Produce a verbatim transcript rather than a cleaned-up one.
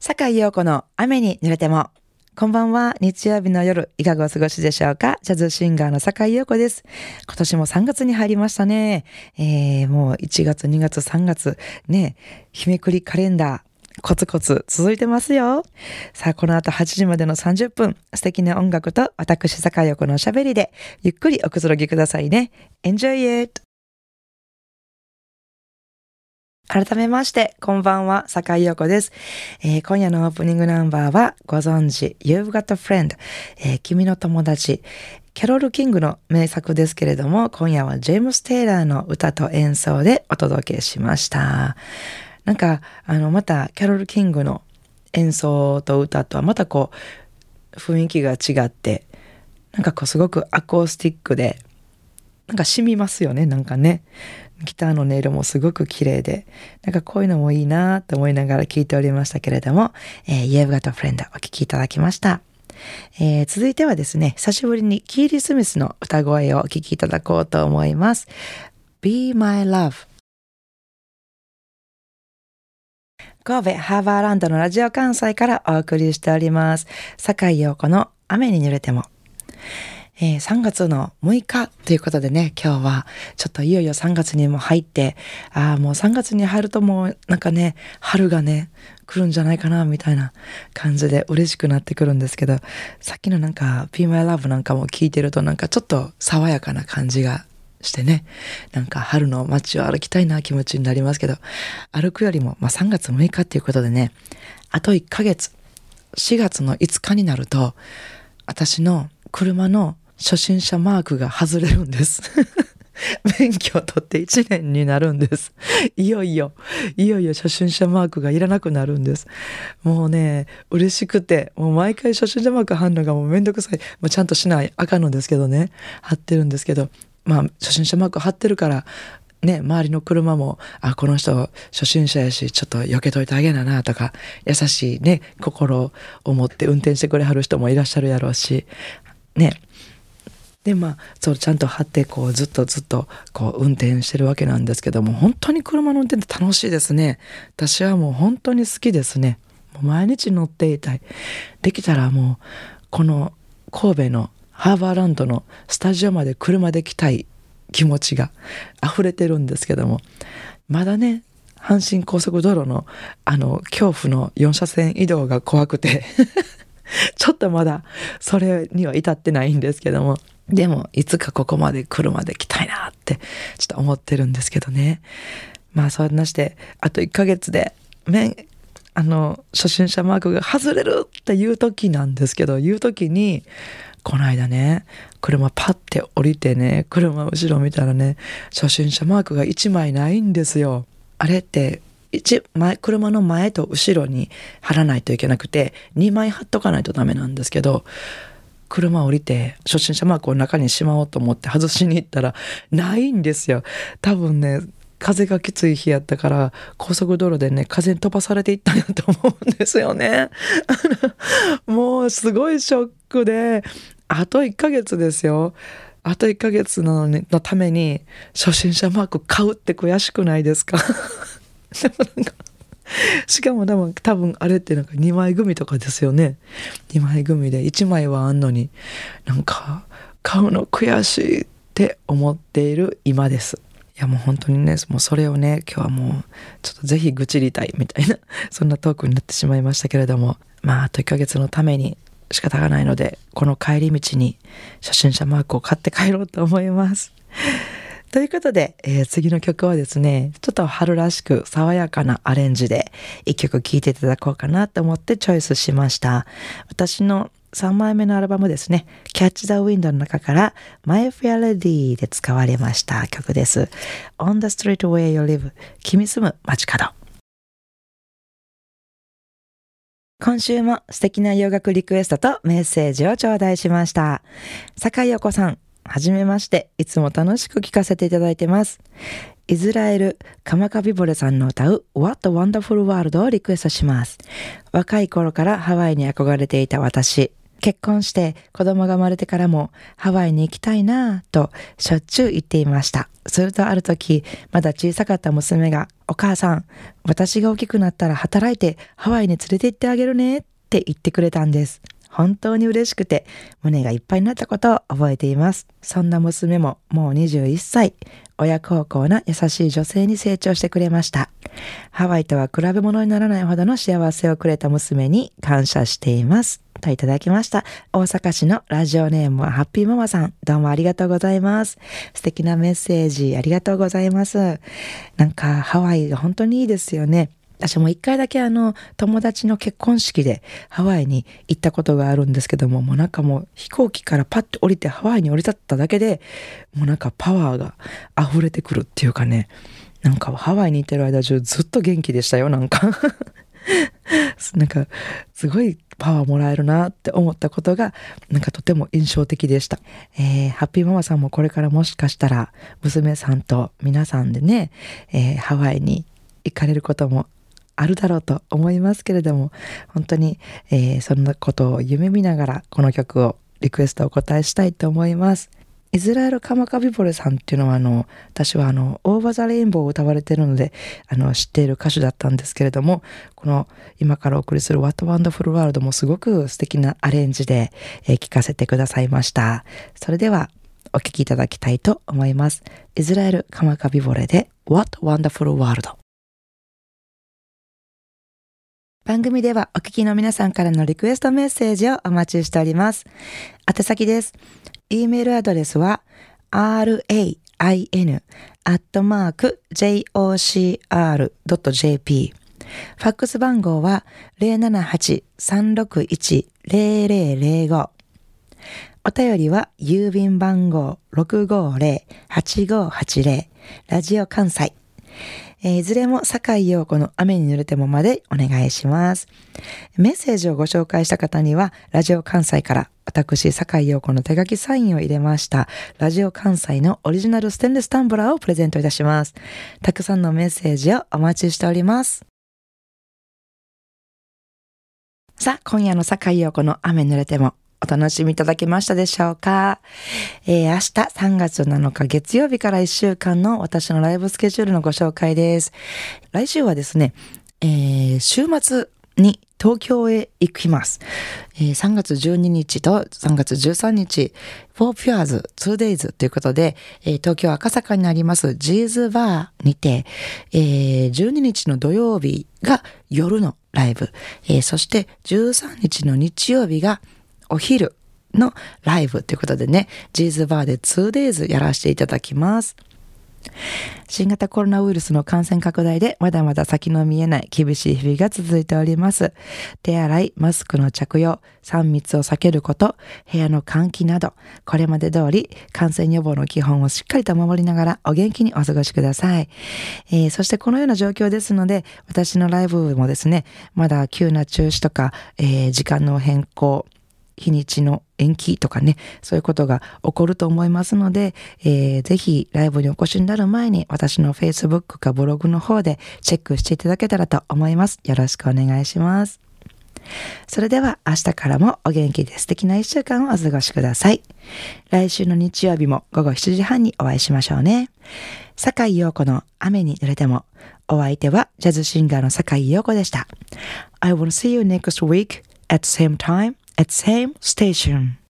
坂井陽子の雨に濡れても。こんばんは。日曜日の夜いかがお過ごしでしょうか。ジャズシンガーの坂井陽子です。今年もさんがつに入りましたね。えー、もういちがつにがつさんがつね、日めくりカレンダーコツコツ続いてますよ。さあ、この後はちじまでのさんじゅっぷん、素敵な音楽と私坂井陽子のおしゃべりでゆっくりおくつろぎくださいね。 Enjoy it。改めましてこんばんは、坂井陽子です、えー、今夜のオープニングナンバーはご存知 You've Got a Friend、えー、君の友達、キャロル・キングの名作ですけれども、今夜はジェームス・テイラーの歌と演奏でお届けしました。なんかあのまたキャロル・キングの演奏と歌とはまたこう雰囲気が違って、なんかこうすごくアコースティックでなんか染みますよね。なんかね、ギターの音色もすごく綺麗で、なんかこういうのもいいなと思いながら聴いておりましたけれども、えー、You've Got a Friend お聴きいただきました。えー、続いてはですね、久しぶりにキーリー・スミスの歌声をお聴きいただこうと思います。Be My Love。神戸ハーバーランドのラジオ関西からお送りしております。坂井陽子の雨に濡れても。えー、さんがつのむいかということでね、今日はちょっといよいよさんがつにも入って、ああもうさんがつに入るともうなんかね、春がね来るんじゃないかなみたいな感じで嬉しくなってくるんですけど、さっきのなんか Be My Love なんかも聞いてるとなんかちょっと爽やかな感じがしてね、なんか春の街を歩きたいな気持ちになりますけど、歩くよりも、まあ、さんがつむいかっていうことでね、あといっかげつ、しがつのいつかになると私の車の初心者マークが外れるんです免許を取っていちねんになるんです。いよいよいよいよ初心者マークがいらなくなるんです。もうね嬉しくて、もう毎回初心者マーク貼るのがもうめんどくさい。もうちゃんとしないあかんのですけどね、貼ってるんですけど、まあ初心者マーク貼ってるからね、周りの車もあこの人初心者やしちょっと避けといてあげななとか、優しいね心を持って運転してくれはる人もいらっしゃるやろうしね。でまあそうちゃんと貼ってこうずっとずっとこう運転してるわけなんですけども、本当に車の運転って楽しいですね。私はもう本当に好きですね。もう毎日乗っていたい。できたらもうこの神戸のハーバーランドのスタジオまで車で来たい気持ちが溢れてるんですけども、まだね阪神高速道路のあの恐怖のよんしゃせん移動が怖くてちょっとまだそれには至ってないんですけども、でもいつかここまで来るまで来たいなってちょっと思ってるんですけどね。まあそんなしてあといっかげつでめあの初心者マークが外れるっていう時なんですけど、いう時にこの間ね車パッて降りてね、車後ろ見たらね初心者マークがいちまいないんですよ。あれって一前車の前と後ろに貼らないといけなくてにまい貼っとかないとダメなんですけど、車降りて初心者マークを中にしまおうと思って外しに行ったらないんですよ。多分ね風がきつい日やったから高速道路でね風に飛ばされていったんやと思うんですよねもうすごいショックで、あといっかげつですよ。あといっかげつなのにのために初心者マーク買うって悔しくないですかでもなんかしかも多分多分あれってなんかにまい組とかですよね。にまい組でいちまいはあんのになんか買うの悔しいって思っている今です。いやもう本当にね、もうそれをね今日はもうちょっとぜひ愚痴りたいみたいなそんなトークになってしまいましたけれども、まああといっかげつのために仕方がないので、この帰り道に初心者マークを買って帰ろうと思いますということで、えー、次の曲はですね、ちょっと春らしく爽やかなアレンジで一曲聴いていただこうかなと思ってチョイスしました。私のさんまいめのアルバムですね、Catch the Wind の中から My Fair Lady で使われました曲です。On the Street Where You Live、 君住む街角。今週も素敵な洋楽リクエストとメッセージを頂戴しました。坂井陽子さん、はじめまして。いつも楽しく聴かせていただいてます。イスラエルカマカビボレさんの歌う What a Wonderful World をリクエストします。若い頃からハワイに憧れていた私、 結婚して子供が生まれてからもハワイに行きたいなぁとしょっちゅう言っていました。するとある時、まだ小さかった娘が、お母さん、私が大きくなったら働いてハワイに連れて行ってあげるねって言ってくれたんです。本当に嬉しくて胸がいっぱいになったことを覚えています。そんな娘ももうにじゅういっさい、親孝行な優しい女性に成長してくれました。ハワイとは比べ物にならないほどの幸せをくれた娘に感謝していますといただきました。大阪市のラジオネームはハッピーママさん、どうもありがとうございます。素敵なメッセージありがとうございます。なんかハワイが本当にいいですよね。私も一回だけあの友達の結婚式でハワイに行ったことがあるんですけども、もうなんかもう飛行機からパッと降りてハワイに降り立っただけでもうなんかパワーが溢れてくるっていうかね、なんかハワイに行ってる間中ずっと元気でしたよ。なんかなんかすごいパワーもらえるなって思ったことがなんかとても印象的でした。えー、ハッピーママさんもこれからもしかしたら娘さんと皆さんでね、えー、ハワイに行かれることもあるだろうと思いますけれども、本当に、えー、そんなことを夢見ながらこの曲をリクエストをお答えしたいと思います。イスラエル・カマカビボレさんっていうのはあの私はあのオーバーザレインボーを歌われているのであの知っている歌手だったんですけれども、この今からお送りする What Wonderful World もすごく素敵なアレンジで、えー、聴かせてくださいました。それではお聴きいただきたいと思います。イスラエル・カマカビボレで What Wonderful World。番組ではお聞きの皆さんからのリクエストメッセージをお待ちしております。宛先です。e メールアドレスは ライン アットマーク ジェイオーシーアール ドット ジェーピー。ファックス番号は ゼロななはち さんろくいち ゼロゼロゼロご。お便りは郵便番号 ろくごーぜろ はちごーはちぜろ ラジオ関西。えー、いずれも坂井陽子の雨に濡れてもまでお願いします。メッセージをご紹介した方にはラジオ関西から私坂井陽子の手書きサインを入れましたラジオ関西のオリジナルステンレスタンブラーをプレゼントいたします。たくさんのメッセージをお待ちしております。さあ、今夜の坂井陽子の雨濡れてもお楽しみいただけましたでしょうか。えー、明日さんがつなのか月曜日からいっしゅうかんの私のライブスケジュールのご紹介です。来週はですね、えー、週末に東京へ行きます。えー、さんがつじゅうににちとさんがつじゅうさんにち For Pures ツーデイズ ということで、えー、東京赤坂にありますジーズバーにて、えー、じゅうににちの土曜日が夜のライブ、えー、そしてじゅうさんにちの日曜日がお昼のライブということでね、ジーズバーで ツーデイズ やらせていただきます。新型コロナウイルスの感染拡大でまだまだ先の見えない厳しい日々が続いております。手洗い、マスクの着用、さん密を避けること、部屋の換気など、これまで通り感染予防の基本をしっかりと守りながらお元気にお過ごしください。えー、そしてこのような状況ですので、私のライブもですね、まだ急な中止とか、えー、時間の変更、日にちの延期とかね、そういうことが起こると思いますので、えー、ぜひライブにお越しになる前に私の Facebook かブログの方でチェックしていただけたらと思います。よろしくお願いします。それでは明日からもお元気で素敵ないっしゅうかんをお過ごしください。来週の日曜日もごごしちじはんにお会いしましょうね。坂井陽子の雨に濡れても。お相手はジャズシンガーの坂井陽子でした。I will see you next week at same time at same station.